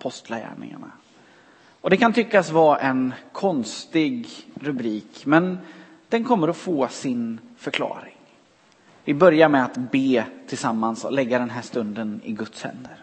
Apostlagärningarna. Och det kan tyckas vara en konstig rubrik, men den kommer att få sin förklaring. Vi börjar med att be tillsammans och lägga den här stunden i Guds händer.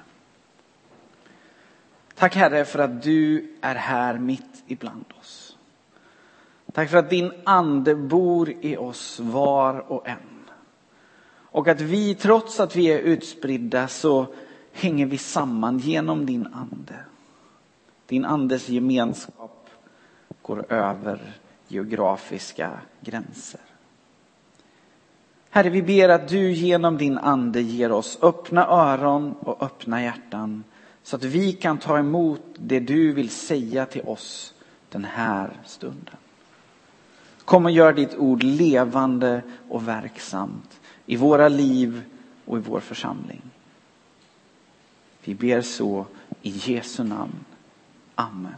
Tack Herre för att du är här mitt ibland oss. Tack för att din ande bor i oss var och en. Och att vi, trots att vi är utspridda, så hänger vi samman genom din ande. Din andes gemenskap går över geografiska gränser. Herre, vi ber att du genom din ande ger oss öppna öron och öppna hjärtan, så att vi kan ta emot det du vill säga till oss den här stunden. Kom och gör ditt ord levande och verksamt i våra liv och i vår församling. Vi ber så i Jesu namn. Amen.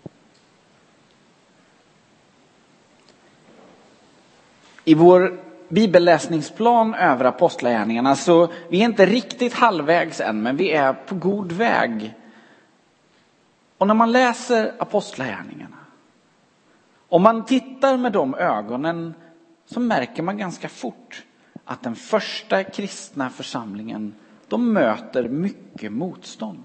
I vår bibelläsningsplan över apostlagärningarna, så vi är inte riktigt halvvägs än, men vi är på god väg. Och när man läser apostlagärningarna, om man tittar med de ögonen, så märker man ganska fort att den första kristna församlingen, de möter mycket motstånd.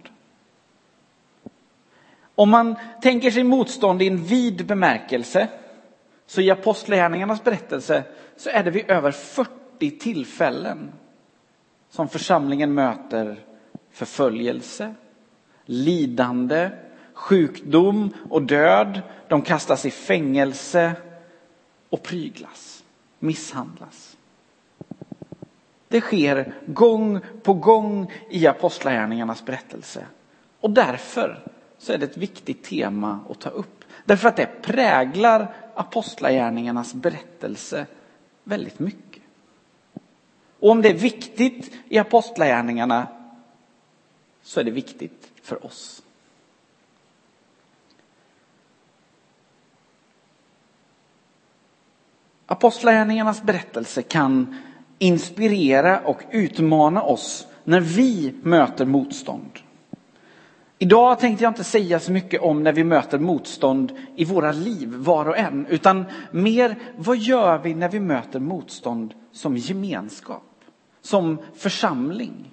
Om man tänker sig motstånd i en vid bemärkelse, så i apostlagärningarnas berättelse så är det vid över 40 tillfällen som församlingen möter förföljelse, lidande, sjukdom och död. De kastas i fängelse och pryglas, misshandlas. Det sker gång på gång i apostlagärningarnas berättelse. Och därför så är det ett viktigt tema att ta upp. Därför att det präglar apostlagärningarnas berättelse väldigt mycket. Och om det är viktigt i apostlagärningarna, så är det viktigt för oss. Apostlagärningarnas berättelse kan inspirera och utmana oss när vi möter motstånd. Idag tänkte jag inte säga så mycket om när vi möter motstånd i våra liv, var och en. Utan mer, vad gör vi när vi möter motstånd som gemenskap, som församling?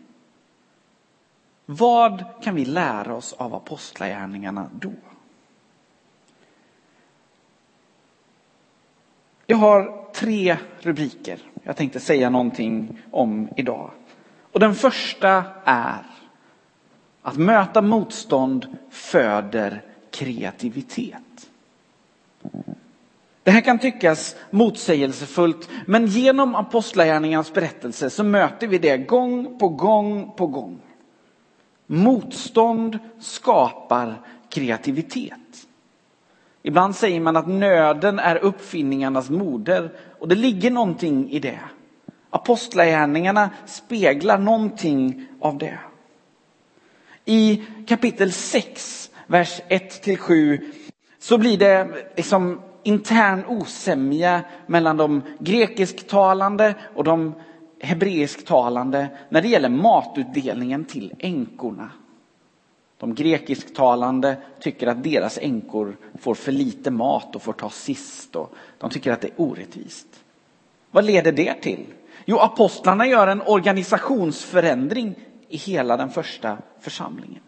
Vad kan vi lära oss av apostlagärningarna då? Jag har 3 rubriker jag tänkte säga någonting om idag. Och den första är: att möta motstånd föder kreativitet. Det här kan tyckas motsägelsefullt, men genom apostlagärningarnas berättelse så möter vi det gång på gång på gång. Motstånd skapar kreativitet. Ibland säger man att nöden är uppfinningarnas moder, och det ligger någonting i det. Apostlagärningarna speglar någonting av det. I kapitel 6, vers 1-7, så blir det liksom intern osämja mellan de grekisktalande och de hebreisktalande när det gäller matutdelningen till änkorna. De grekisktalande tycker att deras änkor får för lite mat och får ta sist, och de tycker att det är orättvist. Vad leder det till? Jo, apostlarna gör en organisationsförändring i hela den första församlingen.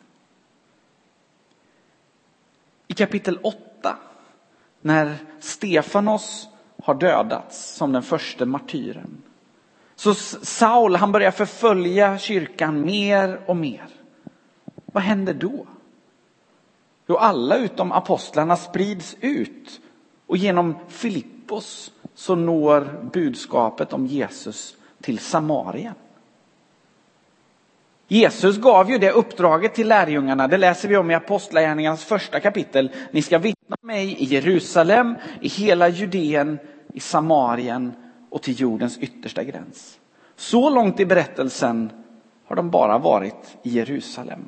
I kapitel 8, när Stefanos har dödats som den första martyren, så Saul, han börjar förfölja kyrkan mer och mer. Vad händer då? Jo, alla utom apostlarna sprids ut, och genom Filippos så når budskapet om Jesus till Samarien. Jesus gav ju det uppdraget till lärjungarna. Det läser vi om i apostlagärningarnas första kapitel. Ni ska vittna mig i Jerusalem, i hela Judeen, i Samarien och till jordens yttersta gräns. Så långt i berättelsen har de bara varit i Jerusalem.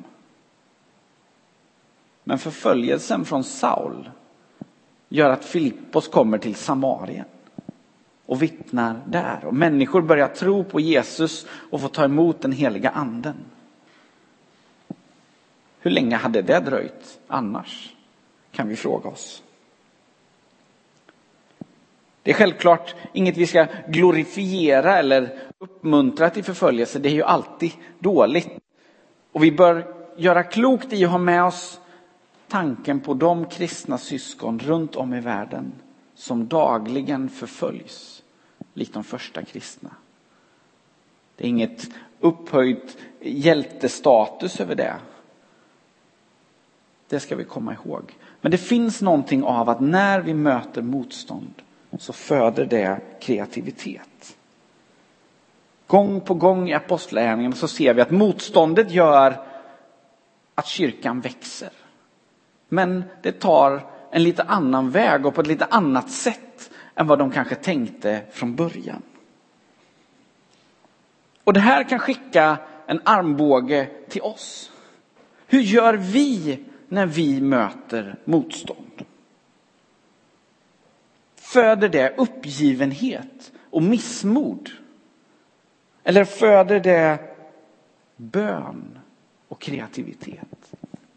Men förföljelsen från Saul gör att Filippos kommer till Samarien och vittnar där. Och människor börjar tro på Jesus och får ta emot den heliga anden. Hur länge hade det dröjt annars? Kan vi fråga oss. Det är självklart inget vi ska glorifiera eller uppmuntra till förföljelse. Det är ju alltid dåligt. Och vi bör göra klokt i att ha med oss tanken på de kristna syskon runt om i världen som dagligen förföljs, likt de första kristna. Det är inget upphöjt hjältestatus över det. Det ska vi komma ihåg. Men det finns någonting av att när vi möter motstånd så föder det kreativitet. Gång på gång i apostlagärningarna så ser vi att motståndet gör att kyrkan växer. Men det tar en lite annan väg och på ett lite annat sätt än vad de kanske tänkte från början. Och det här kan skicka en armbåge till oss. Hur gör vi när vi möter motstånd? Föder det uppgivenhet och missmod? Eller föder det bön och kreativitet?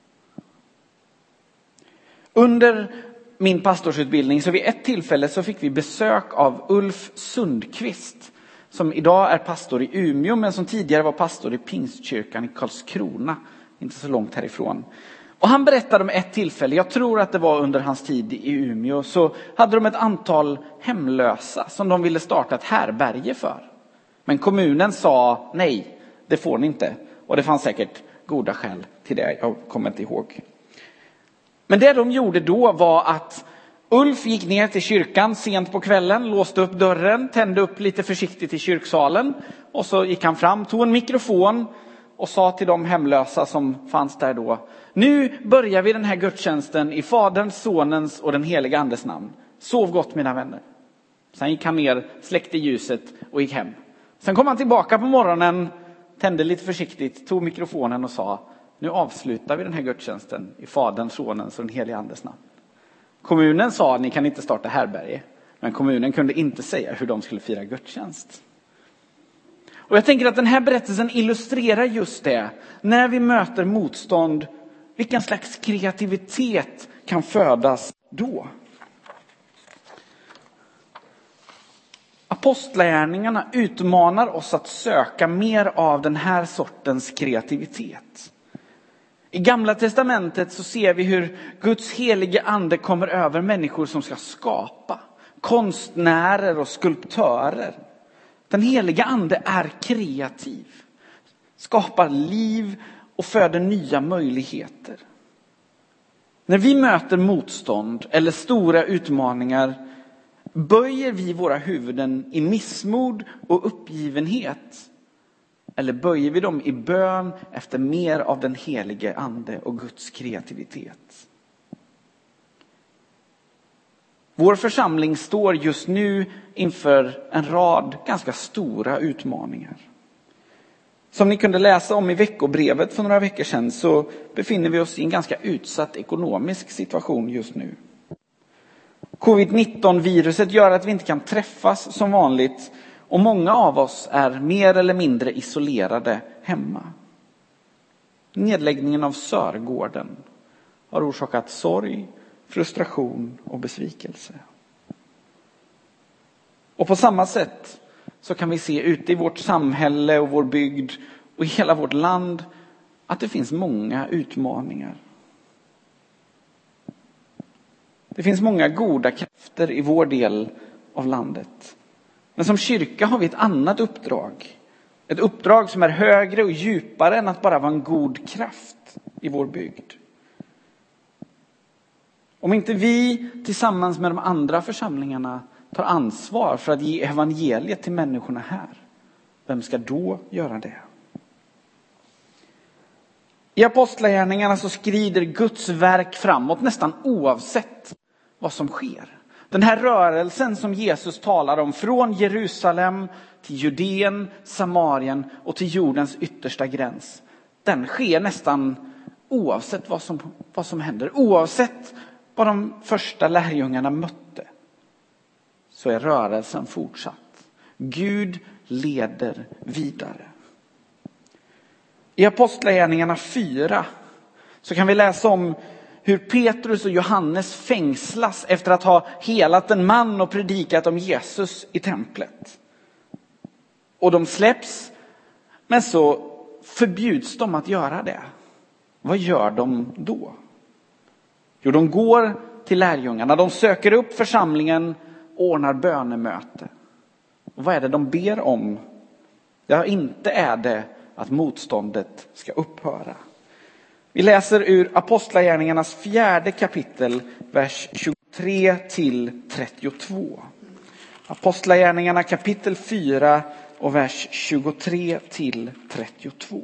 Under min pastorsutbildning så vid ett tillfälle så fick vi besök av Ulf Sundqvist, som idag är pastor i Umeå men som tidigare var pastor i Pingstkyrkan i Karlskrona, inte så långt härifrån. Och han berättade om ett tillfälle, jag tror att det var under hans tid i Umeå, så hade de ett antal hemlösa som de ville starta ett härberge för. Men kommunen sa nej, det får ni inte. Och det fanns säkert goda skäl till det, jag kommer inte ihåg. Men det de gjorde då var att Ulf gick ner till kyrkan sent på kvällen, låste upp dörren, tände upp lite försiktigt i kyrksalen. Och så gick han fram, tog en mikrofon och sa till de hemlösa som fanns där då: nu börjar vi den här gudstjänsten i Faderns, Sonens och den heliga Andes namn. Sov gott mina vänner. Sen gick han ner, släckte ljuset och gick hem. Sen kom han tillbaka på morgonen, tände lite försiktigt, tog mikrofonen och sa: nu avslutar vi den här gudstjänsten i Faderns, Sonens och den heliga Andes namn. Kommunen sa: ni kan inte starta härberge. Men kommunen kunde inte säga hur de skulle fira gudstjänst. Och jag tänker att den här berättelsen illustrerar just det. När vi möter motstånd, vilken slags kreativitet kan födas då? Apostlagärningarna utmanar oss att söka mer av den här sortens kreativitet. I Gamla testamentet så ser vi hur Guds helige ande kommer över människor som ska skapa. Konstnärer och skulptörer. Den heliga ande är kreativ. Skapar liv och föder nya möjligheter. När vi möter motstånd eller stora utmaningar böjer vi våra huvuden i missmod och uppgivenhet. Eller böjer vi dem i bön efter mer av den helige ande och Guds kreativitet? Vår församling står just nu inför en rad ganska stora utmaningar. Som ni kunde läsa om i veckobrevet för några veckor sedan så befinner vi oss i en ganska utsatt ekonomisk situation just nu. Covid-19-viruset gör att vi inte kan träffas som vanligt. Och många av oss är mer eller mindre isolerade hemma. Nedläggningen av Sörgården har orsakat sorg, frustration och besvikelse. Och på samma sätt så kan vi se ute i vårt samhälle och vår bygd och i hela vårt land att det finns många utmaningar. Det finns många goda krafter i vår del av landet. Men som kyrka har vi ett annat uppdrag. Ett uppdrag som är högre och djupare än att bara vara en god kraft i vår bygd. Om inte vi tillsammans med de andra församlingarna tar ansvar för att ge evangeliet till människorna här, vem ska då göra det? I apostlagärningarna så skrider Guds verk framåt nästan oavsett vad som sker. Den här rörelsen som Jesus talar om från Jerusalem till Judeen, Samarien och till jordens yttersta gräns. Den sker nästan oavsett vad som händer. Oavsett vad de första lärjungarna mötte så är rörelsen fortsatt. Gud leder vidare. I apostlagärningarna 4 så kan vi läsa om hur Petrus och Johannes fängslas efter att ha helat en man och predikat om Jesus i templet. Och de släpps, men så förbjuds de att göra det. Vad gör de då? Jo, de går till lärjungarna. De söker upp församlingen och ordnar bönemöte. Och vad är det de ber om? Ja, inte är det att motståndet ska upphöra. Vi läser ur Apostlagärningarnas 4:e kapitel, vers 23 till 32. Apostlagärningarna kapitel 4 och vers 23 till 32.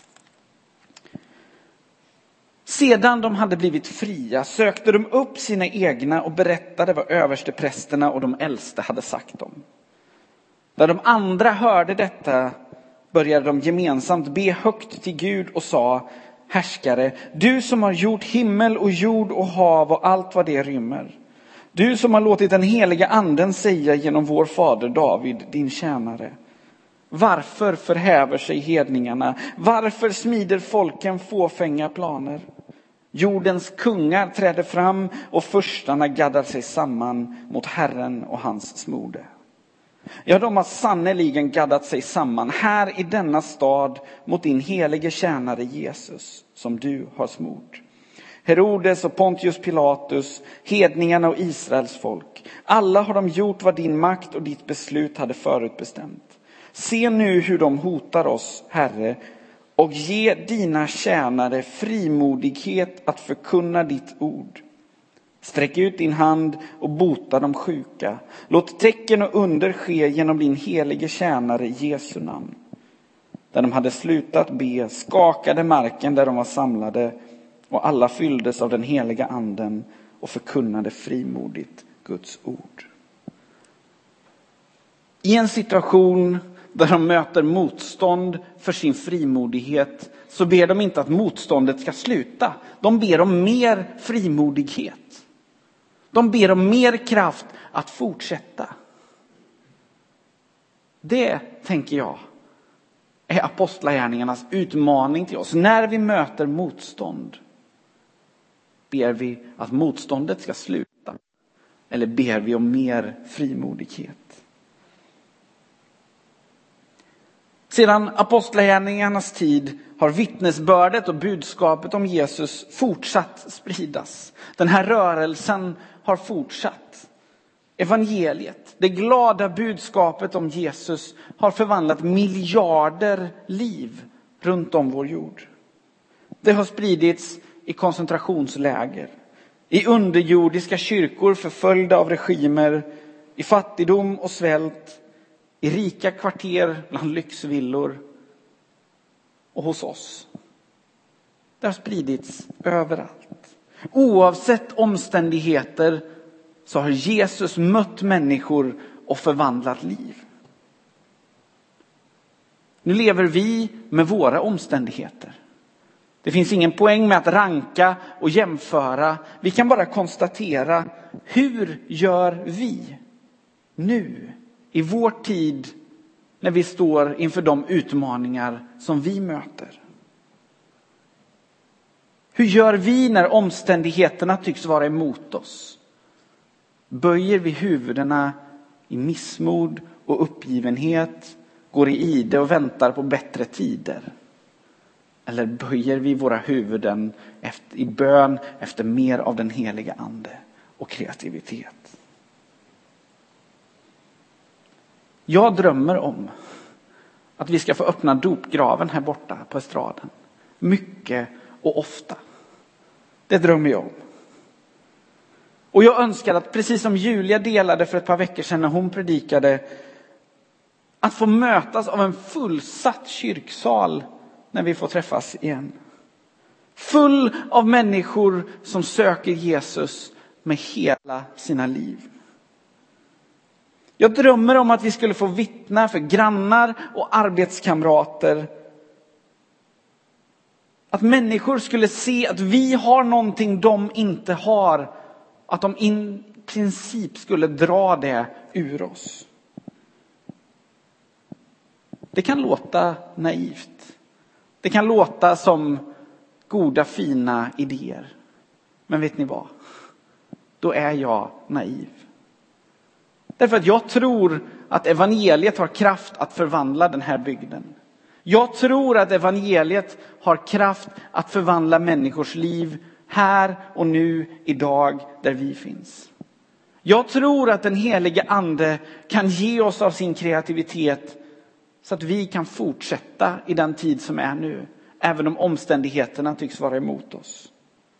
Sedan de hade blivit fria sökte de upp sina egna och berättade vad översteprästerna och de äldste hade sagt dem. När de andra hörde detta började de gemensamt be högt till Gud och sa: Härskare, du som har gjort himmel och jord och hav och allt vad det rymmer. Du som har låtit den heliga anden säga genom vår fader David, din tjänare. Varför förhäver sig hedningarna? Varför smider folken fåfänga planer? Jordens kungar träder fram och förstarna gaddar sig samman mot Herren och hans smorde. Ja, de har sannoliken gaddat sig samman här i denna stad mot din helige tjänare Jesus, som du har smort. Herodes och Pontius Pilatus, hedningarna och Israels folk. Alla har de gjort vad din makt och ditt beslut hade förutbestämt. Se nu hur de hotar oss, Herre, och ge dina tjänare frimodighet att förkunna ditt ord. Sträck ut din hand och bota de sjuka. Låt tecken och under ske genom din helige tjänare Jesu namn. Där de hade slutat be skakade marken där de var samlade, och alla fylldes av den heliga anden och förkunnade frimodigt Guds ord. I en situation där de möter motstånd för sin frimodighet så ber de inte att motståndet ska sluta. De ber om mer frimodighet. De ber om mer kraft att fortsätta. Det, tänker jag, är apostlagärningarnas utmaning till oss. När vi möter motstånd, ber vi att motståndet ska sluta? Eller ber vi om mer frimodighet? Sedan apostlagärningarnas tid har vittnesbördet och budskapet om Jesus fortsatt spridas. Den här rörelsen har fortsatt. Evangeliet, det glada budskapet om Jesus, har förvandlat miljarder liv runt om vår jord. Det har spridits i koncentrationsläger, i underjordiska kyrkor förföljda av regimer, i fattigdom och svält, i rika kvarter bland lyxvillor och hos oss. Det har spridits överallt. Oavsett omständigheter så har Jesus mött människor och förvandlat liv. Nu lever vi med våra omständigheter. Det finns ingen poäng med att ranka och jämföra. Vi kan bara konstatera, hur gör vi nu i vår tid när vi står inför de utmaningar som vi möter? Hur gör vi när omständigheterna tycks vara emot oss? Böjer vi huvudena i missmod och uppgivenhet, går i ide och väntar på bättre tider? Eller böjer vi våra huvuden i bön efter mer av den heliga ande och kreativitet? Jag drömmer om att vi ska få öppna dopgraven här borta på estraden. Mycket och ofta. Det drömmer jag om. Och jag önskar att, precis som Julia delade för ett par veckor sedan när hon predikade, att få mötas av en fullsatt kyrksal när vi får träffas igen. Full av människor som söker Jesus med hela sina liv. Jag drömmer om att vi skulle få vittna för grannar och arbetskamrater. Att människor skulle se att vi har någonting de inte har. Att de i princip skulle dra det ur oss. Det kan låta naivt. Det kan låta som goda fina idéer. Men vet ni vad? Då är jag naiv. Därför att jag tror att evangeliet har kraft att förvandla den här bygden. Jag tror att evangeliet har kraft att förvandla människors liv här och nu, idag, där vi finns. Jag tror att den helige ande kan ge oss av sin kreativitet så att vi kan fortsätta i den tid som är nu, även om omständigheterna tycks vara emot oss.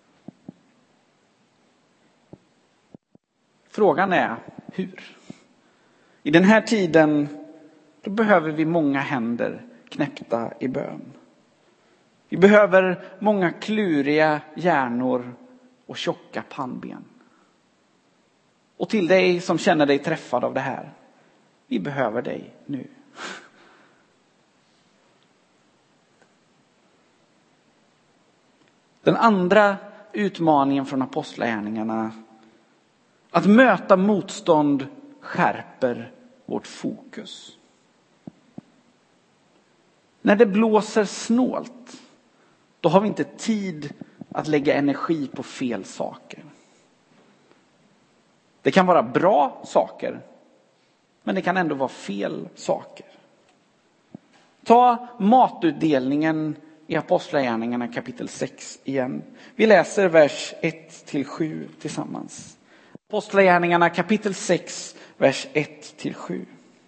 Frågan är hur? I den här tiden då behöver vi många händer knäppta i bön. Vi behöver många kluriga hjärnor och tjocka pannben. Och till dig som känner dig träffad av det här, vi behöver dig nu. Den andra utmaningen från apostlagärningarna, att möta motstånd, skärper vårt fokus. När det blåser snålt, då har vi inte tid att lägga energi på fel saker. Det kan vara bra saker, men det kan ändå vara fel saker. Ta matutdelningen i Apostlagärningarna kapitel 6 igen. Vi läser vers 1-7 tillsammans. Apostlagärningarna kapitel 6, vers 1-7.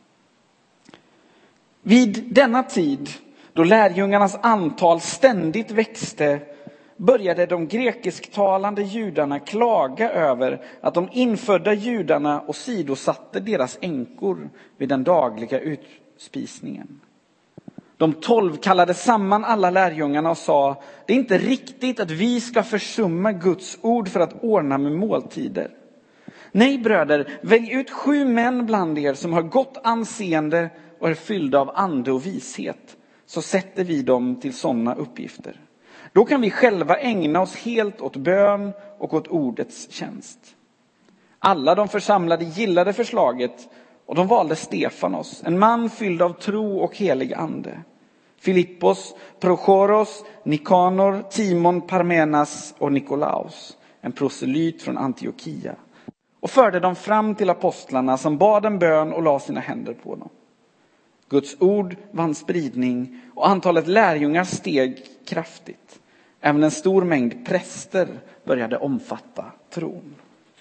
Vid denna tid, då lärjungarnas antal ständigt växte, började de grekisktalande judarna klaga över att de infödda judarna åsidosatte deras änkor vid den dagliga utspisningen. De 12 kallade samman alla lärjungarna och sa: det är inte riktigt att vi ska försumma Guds ord för att ordna med måltider. Nej bröder, välj ut 7 män bland er som har gott anseende och är fyllda av ande och vishet, så sätter vi dem till sådana uppgifter. Då kan vi själva ägna oss helt åt bön och åt ordets tjänst. Alla de församlade gillade förslaget och de valde Stefanos, en man fylld av tro och helig ande. Filippos, Prochoros, Nikanor, Timon, Parmenas och Nikolaus, en proselyt från Antiochia. Och förde dem fram till apostlarna som bad en bön och la sina händer på dem. Guds ord vann spridning och antalet lärjungar steg kraftigt. Även en stor mängd präster började omfatta tron.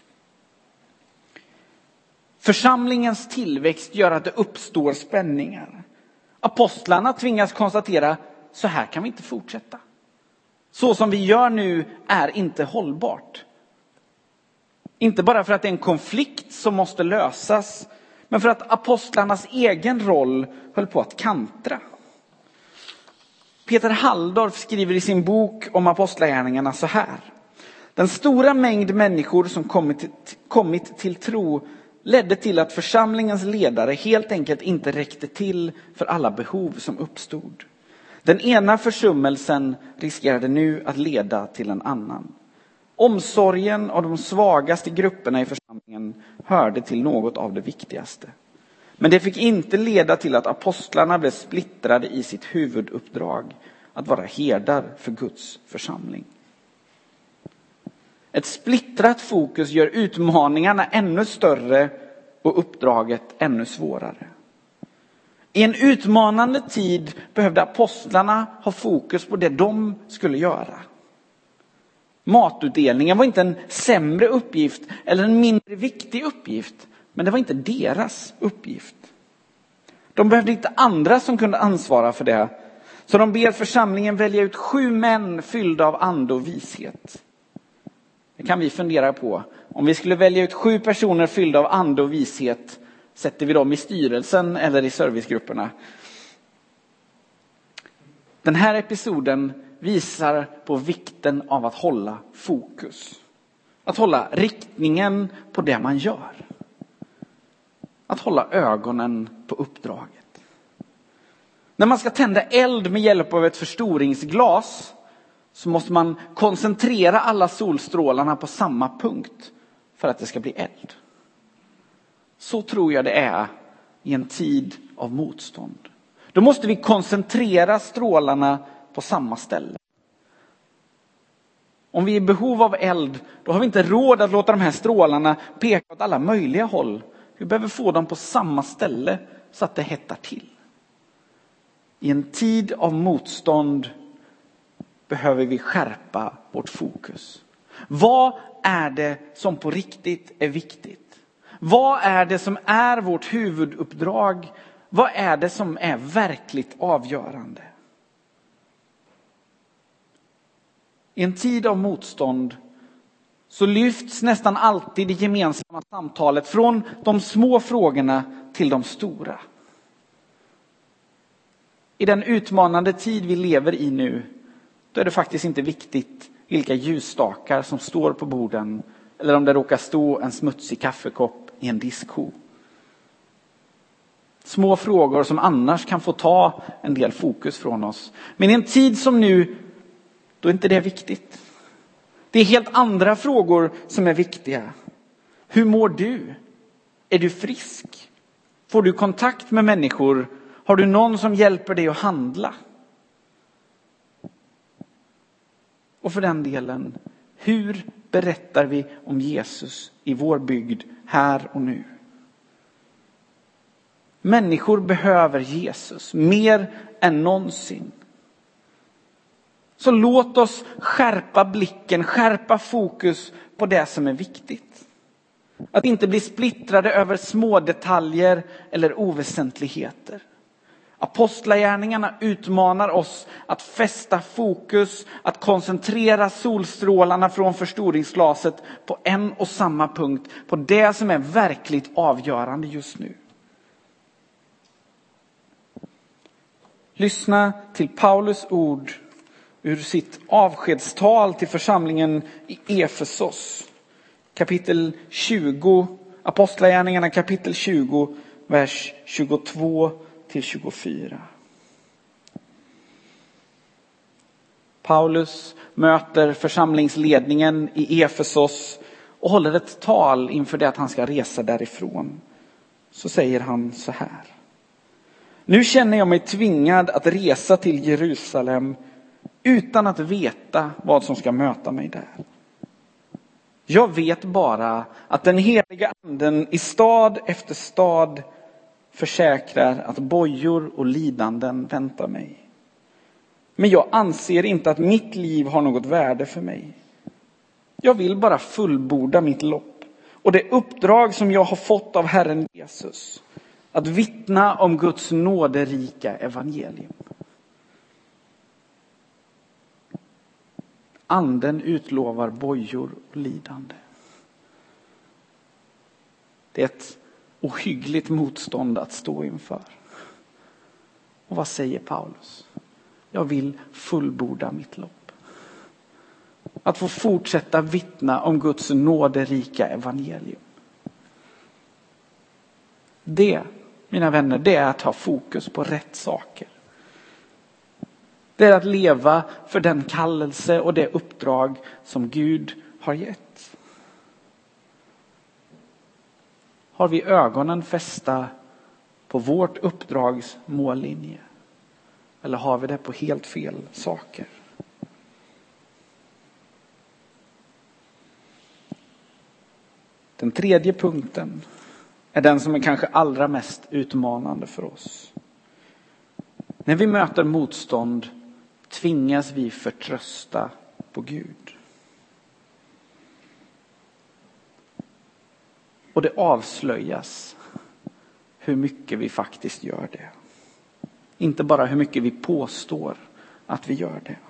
Församlingens tillväxt gör att det uppstår spänningar. Apostlarna tvingas konstatera: så här kan vi inte fortsätta. Så som vi gör nu är inte hållbart. Inte bara för att det är en konflikt som måste lösas, men för att apostlarnas egen roll höll på att kantra. Peter Halldorf skriver i sin bok om apostlagärningarna så här: den stora mängd människor som kommit till tro ledde till att församlingens ledare helt enkelt inte räckte till för alla behov som uppstod. Den ena försummelsen riskerade nu att leda till en annan. Omsorgen av de svagaste grupperna i församlingen hörde till något av det viktigaste. Men det fick inte leda till att apostlarna blev splittrade i sitt huvuduppdrag, att vara herdar för Guds församling. Ett splittrat fokus gör utmaningarna ännu större och uppdraget ännu svårare. I en utmanande tid behövde apostlarna ha fokus på det de skulle göra. Matutdelningen var inte en sämre uppgift eller en mindre viktig uppgift, men det var inte deras uppgift. De behövde inte andra som kunde ansvara för det. Så de ber församlingen välja ut 7 män fyllda av ande och vishet. Det kan vi fundera på. Om vi skulle välja ut 7 personer fyllda av ande och vishet, sätter vi dem i styrelsen eller i servicegrupperna? Den här episoden visar på vikten av att hålla fokus. Att hålla riktningen på det man gör. Att hålla ögonen på uppdraget. När man ska tända eld med hjälp av ett förstoringsglas så måste man koncentrera alla solstrålarna på samma punkt för att det ska bli eld. Så tror jag det är i en tid av motstånd. Då måste vi koncentrera strålarna på samma ställe. Om vi är i behov av eld, då har vi inte råd att låta de här strålarna peka åt alla möjliga håll. Vi behöver få dem på samma ställe så att det hettar till. I en tid av motstånd behöver vi skärpa vårt fokus. Vad är det som på riktigt är viktigt? Vad är det som är vårt huvuduppdrag? Vad är det som är verkligt avgörande? I en tid av motstånd så lyfts nästan alltid det gemensamma samtalet från de små frågorna till de stora. I den utmanande tid vi lever i nu, då är det faktiskt inte viktigt vilka ljusstakar som står på borden eller om det råkar stå en smutsig kaffekopp i en diskho. Små frågor som annars kan få ta en del fokus från oss. Men i en tid som nu, då är inte det viktigt. Det är helt andra frågor som är viktiga. Hur mår du? Är du frisk? Får du kontakt med människor? Har du någon som hjälper dig att handla? Och för den delen, hur berättar vi om Jesus i vår bygd här och nu? Människor behöver Jesus mer än någonsin. Så låt oss skärpa blicken, skärpa fokus på det som är viktigt. Att inte bli splittrade över små detaljer eller oväsentligheter. Apostlagärningarna utmanar oss att fästa fokus, att koncentrera solstrålarna från förstoringsglaset på en och samma punkt, på det som är verkligt avgörande just nu. Lyssna till Paulus ord ur sitt avskedstal till församlingen i Efesos. Kapitel 20, Apostlagärningarna kapitel 20, vers 22-24. Paulus möter församlingsledningen i Efesos och håller ett tal inför det att han ska resa därifrån. Så säger han så här: nu känner jag mig tvingad att resa till Jerusalem utan att veta vad som ska möta mig där. Jag vet bara att den heliga anden i stad efter stad försäkrar att bojor och lidanden väntar mig. Men jag anser inte att mitt liv har något värde för mig. Jag vill bara fullborda mitt lopp och det uppdrag som jag har fått av Herren Jesus. Att vittna om Guds nåderika evangelium. Anden utlovar bojor och lidande. Det är ett ohyggligt motstånd att stå inför. Och vad säger Paulus? Jag vill fullborda mitt lopp. Att få fortsätta vittna om Guds nåderika evangelium. Det, mina vänner, det är att ha fokus på rätt saker. Det är att leva för den kallelse och det uppdrag som Gud har gett. Har vi ögonen fästa på vårt uppdrags mållinje? Eller har vi det på helt fel saker? Den tredje punkten är den som är kanske allra mest utmanande för oss. När vi möter motstånd tvingas vi förtrösta på Gud. Och det avslöjas hur mycket vi faktiskt gör det. Inte bara hur mycket vi påstår att vi gör det.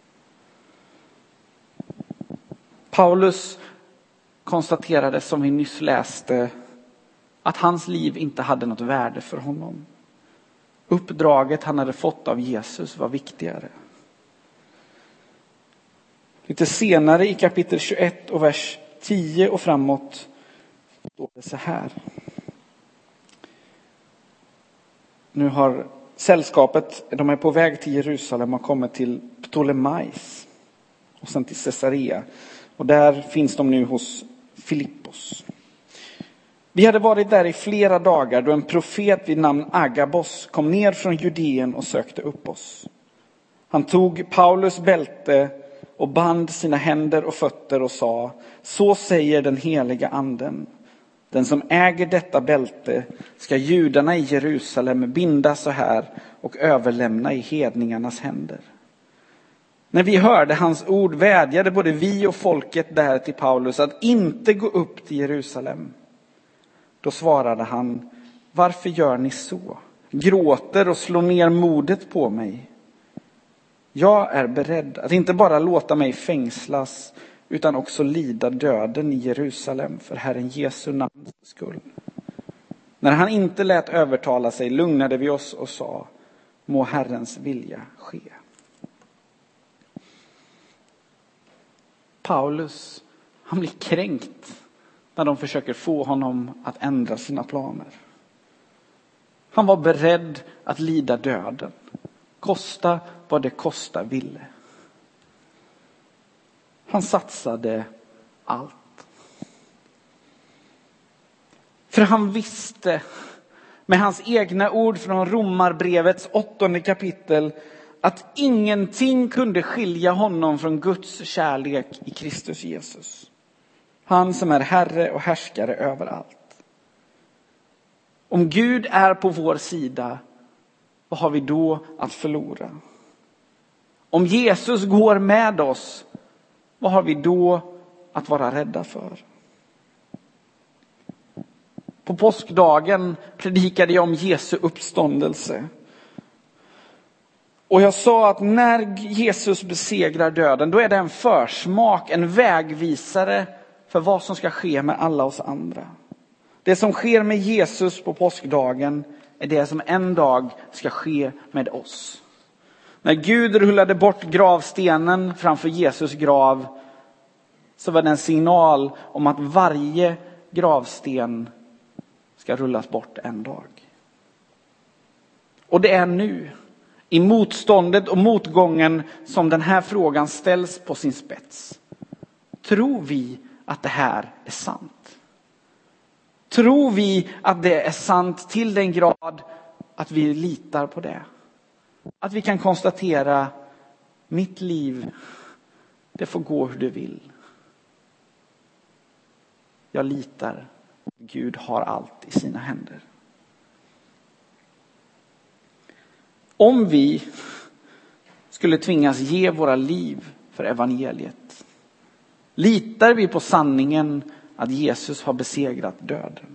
Paulus konstaterade, som vi nyss läste, att hans liv inte hade något värde för honom. Uppdraget han hade fått av Jesus var viktigare. Lite senare i kapitel 21 och vers 10 och framåt står det så här. Nu har sällskapet, de är på väg till Jerusalem och kommer till Ptolemais och sen till Caesarea. Och där finns de nu hos Filippos. Vi hade varit där i flera dagar då en profet vid namn Agabos kom ner från Judeen och sökte upp oss. Han tog Paulus bälte och band sina händer och fötter och sa: så säger den heliga anden. Den som äger detta bälte ska judarna i Jerusalem binda så här och överlämna i hedningarnas händer. När vi hörde hans ord vädjade både vi och folket där till Paulus att inte gå upp till Jerusalem. Då svarade han: varför gör ni så? Gråter och slår ner modet på mig. Jag är beredd att inte bara låta mig fängslas utan också lida döden i Jerusalem för Herren Jesu namns skull. När han inte lät övertala sig lugnade vi oss och sa: må Herrens vilja ske. Paulus, han blir kränkt när de försöker få honom att ändra sina planer. Han var beredd att lida döden, kosta vad det kosta ville. Han satsade allt. För han visste med hans egna ord från Romarbrevets 8:e kapitel att ingenting kunde skilja honom från Guds kärlek i Kristus Jesus. Han som är Herre och härskare över allt. Om Gud är på vår sida, vad har vi då att förlora? Om Jesus går med oss, vad har vi då att vara rädda för? På påskdagen predikade jag om Jesu uppståndelse. Och jag sa att när Jesus besegrar döden, då är det en försmak, en vägvisare för vad som ska ske med alla oss andra. Det som sker med Jesus på påskdagen är det som en dag ska ske med oss. När Gud rullade bort gravstenen framför Jesus grav, så var det en signal om att varje gravsten ska rullas bort en dag. Och det är nu, i motståndet och motgången, som den här frågan ställs på sin spets. Tror vi att det här är sant? Tror vi att det är sant till den grad att vi litar på det? Att vi kan konstatera: mitt liv, det får gå hur det vill. Jag litar. Gud har allt i sina händer. Om vi skulle tvingas ge våra liv för evangeliet, litar vi på sanningen att Jesus har besegrat döden?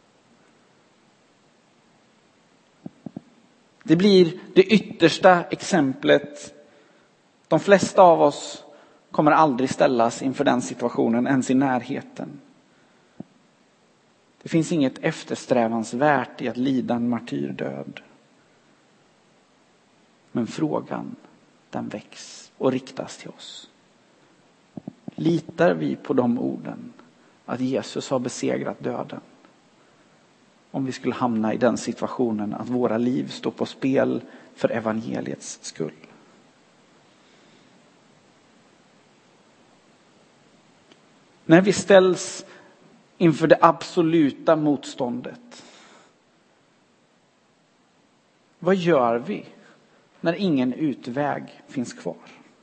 Det blir det yttersta exemplet. De flesta av oss kommer aldrig ställas inför den situationen, ens i närheten. Det finns inget eftersträvansvärt i att lida en martyrdöd. Men frågan, den väcks och riktas till oss. Litar vi på de orden, att Jesus har besegrat döden? Om vi skulle hamna i den situationen att våra liv står på spel för evangeliets skull. När vi ställs inför det absoluta motståndet, vad gör vi när ingen utväg finns kvar?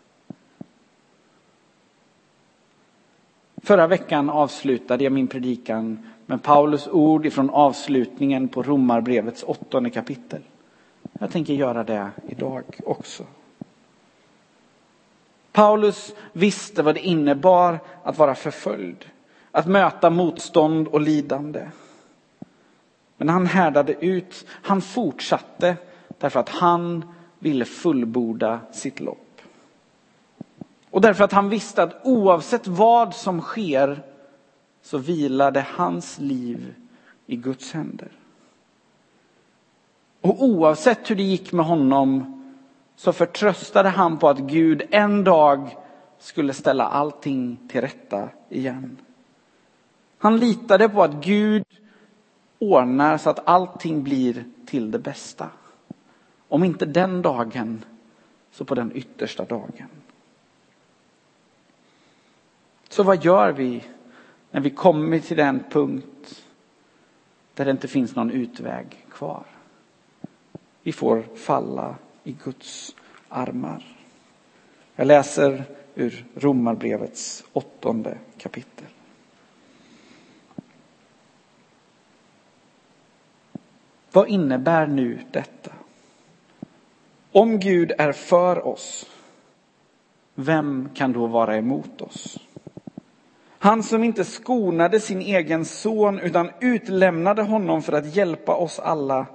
Förra veckan avslutade jag min predikan med Paulus ord ifrån avslutningen på Romarbrevets 8:e kapitel. Jag tänker göra det idag också. Paulus visste vad det innebar att vara förföljd, att möta motstånd och lidande. Men han härdade ut, han fortsatte därför att han ville fullborda sitt lopp. Och därför att han visste att oavsett vad som sker så vilade hans liv i Guds händer. Och oavsett hur det gick med honom så förtröstade han på att Gud en dag skulle ställa allting till rätta igen. Han litade på att Gud ordnar så att allting blir till det bästa. Om inte den dagen, så på den yttersta dagen. Så vad gör vi när vi kommer till den punkt där det inte finns någon utväg kvar? Vi får falla i Guds armar. Jag läser ur Romarbrevets 8:e kapitel. Vad innebär nu detta? Om Gud är för oss, vem kan då vara emot oss? Han som inte skonade sin egen son utan utlämnade honom för att hjälpa oss alla.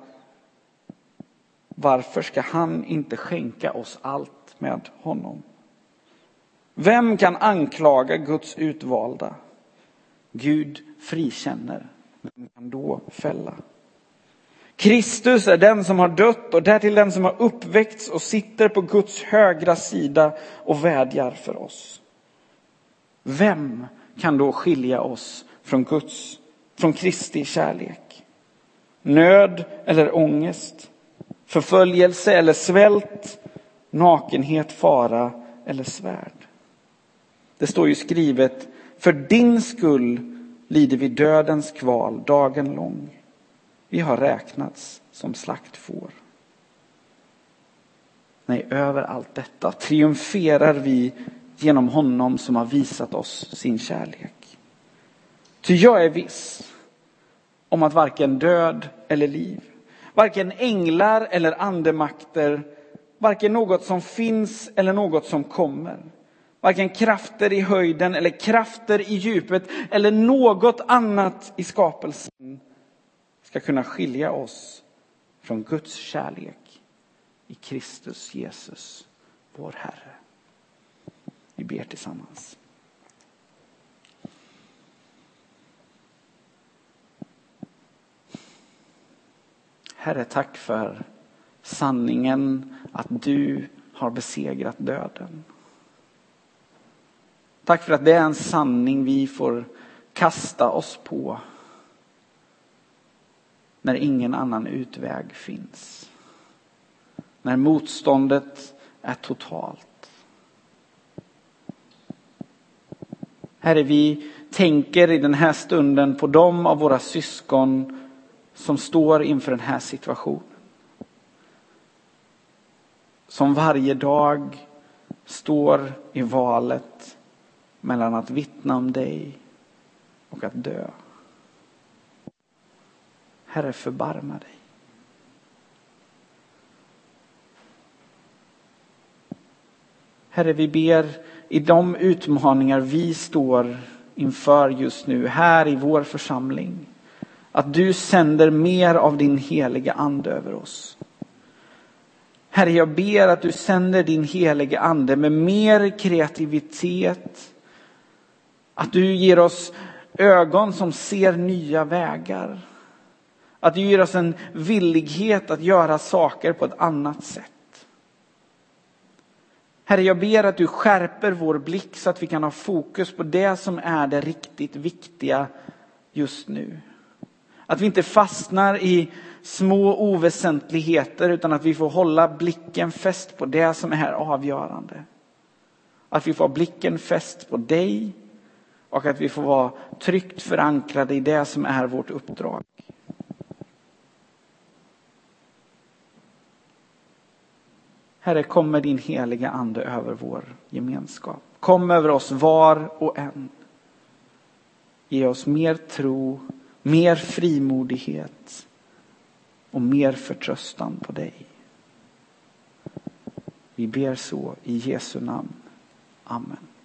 Varför ska han inte skänka oss allt med honom? Vem kan anklaga Guds utvalda? Gud frikänner. Vem kan då fälla? Kristus är den som har dött och därtill den som har uppväckts och sitter på Guds högra sida och vädjar för oss. Vem kan då skilja oss från Kristi kärlek? Nöd eller ångest? Förföljelse eller svält? Nakenhet, fara eller svärd? Det står ju skrivet: för din skull lider vi dödens kval dagen lång. Vi har räknats som slaktfår. Nej, över allt detta triumferar vi genom honom som har visat oss sin kärlek. Ty jag är viss om att varken död eller liv, varken änglar eller andemakter, varken något som finns eller något som kommer, varken krafter i höjden eller krafter i djupet eller något annat i skapelsen ska kunna skilja oss från Guds kärlek i Kristus Jesus, vår Herre. Vi ber tillsammans. Herre, tack för sanningen att du har besegrat döden. Tack för att det är en sanning vi får kasta oss på när ingen annan utväg finns. När motståndet är totalt. Herre, vi tänker i den här stunden på dem av våra syskon som står inför den här situationen. Som varje dag står i valet mellan att vittna om dig och att dö. Herre, förbarma dig. Herre, vi ber i de utmaningar vi står inför just nu här i vår församling, att du sänder mer av din heliga ande över oss. Herre, jag ber att du sänder din heliga ande med mer kreativitet. Att du ger oss ögon som ser nya vägar. Att du ger oss en villighet att göra saker på ett annat sätt. Herre, jag ber att du skärper vår blick så att vi kan ha fokus på det som är det riktigt viktiga just nu. Att vi inte fastnar i små oväsentligheter utan att vi får hålla blicken fäst på det som är avgörande. Att vi får ha blicken fäst på dig och att vi får vara tryggt förankrade i det som är vårt uppdrag. Herre, kom med din heliga ande över vår gemenskap. Kom över oss var och en. Ge oss mer tro, mer frimodighet och mer förtröstan på dig. Vi ber så i Jesu namn. Amen.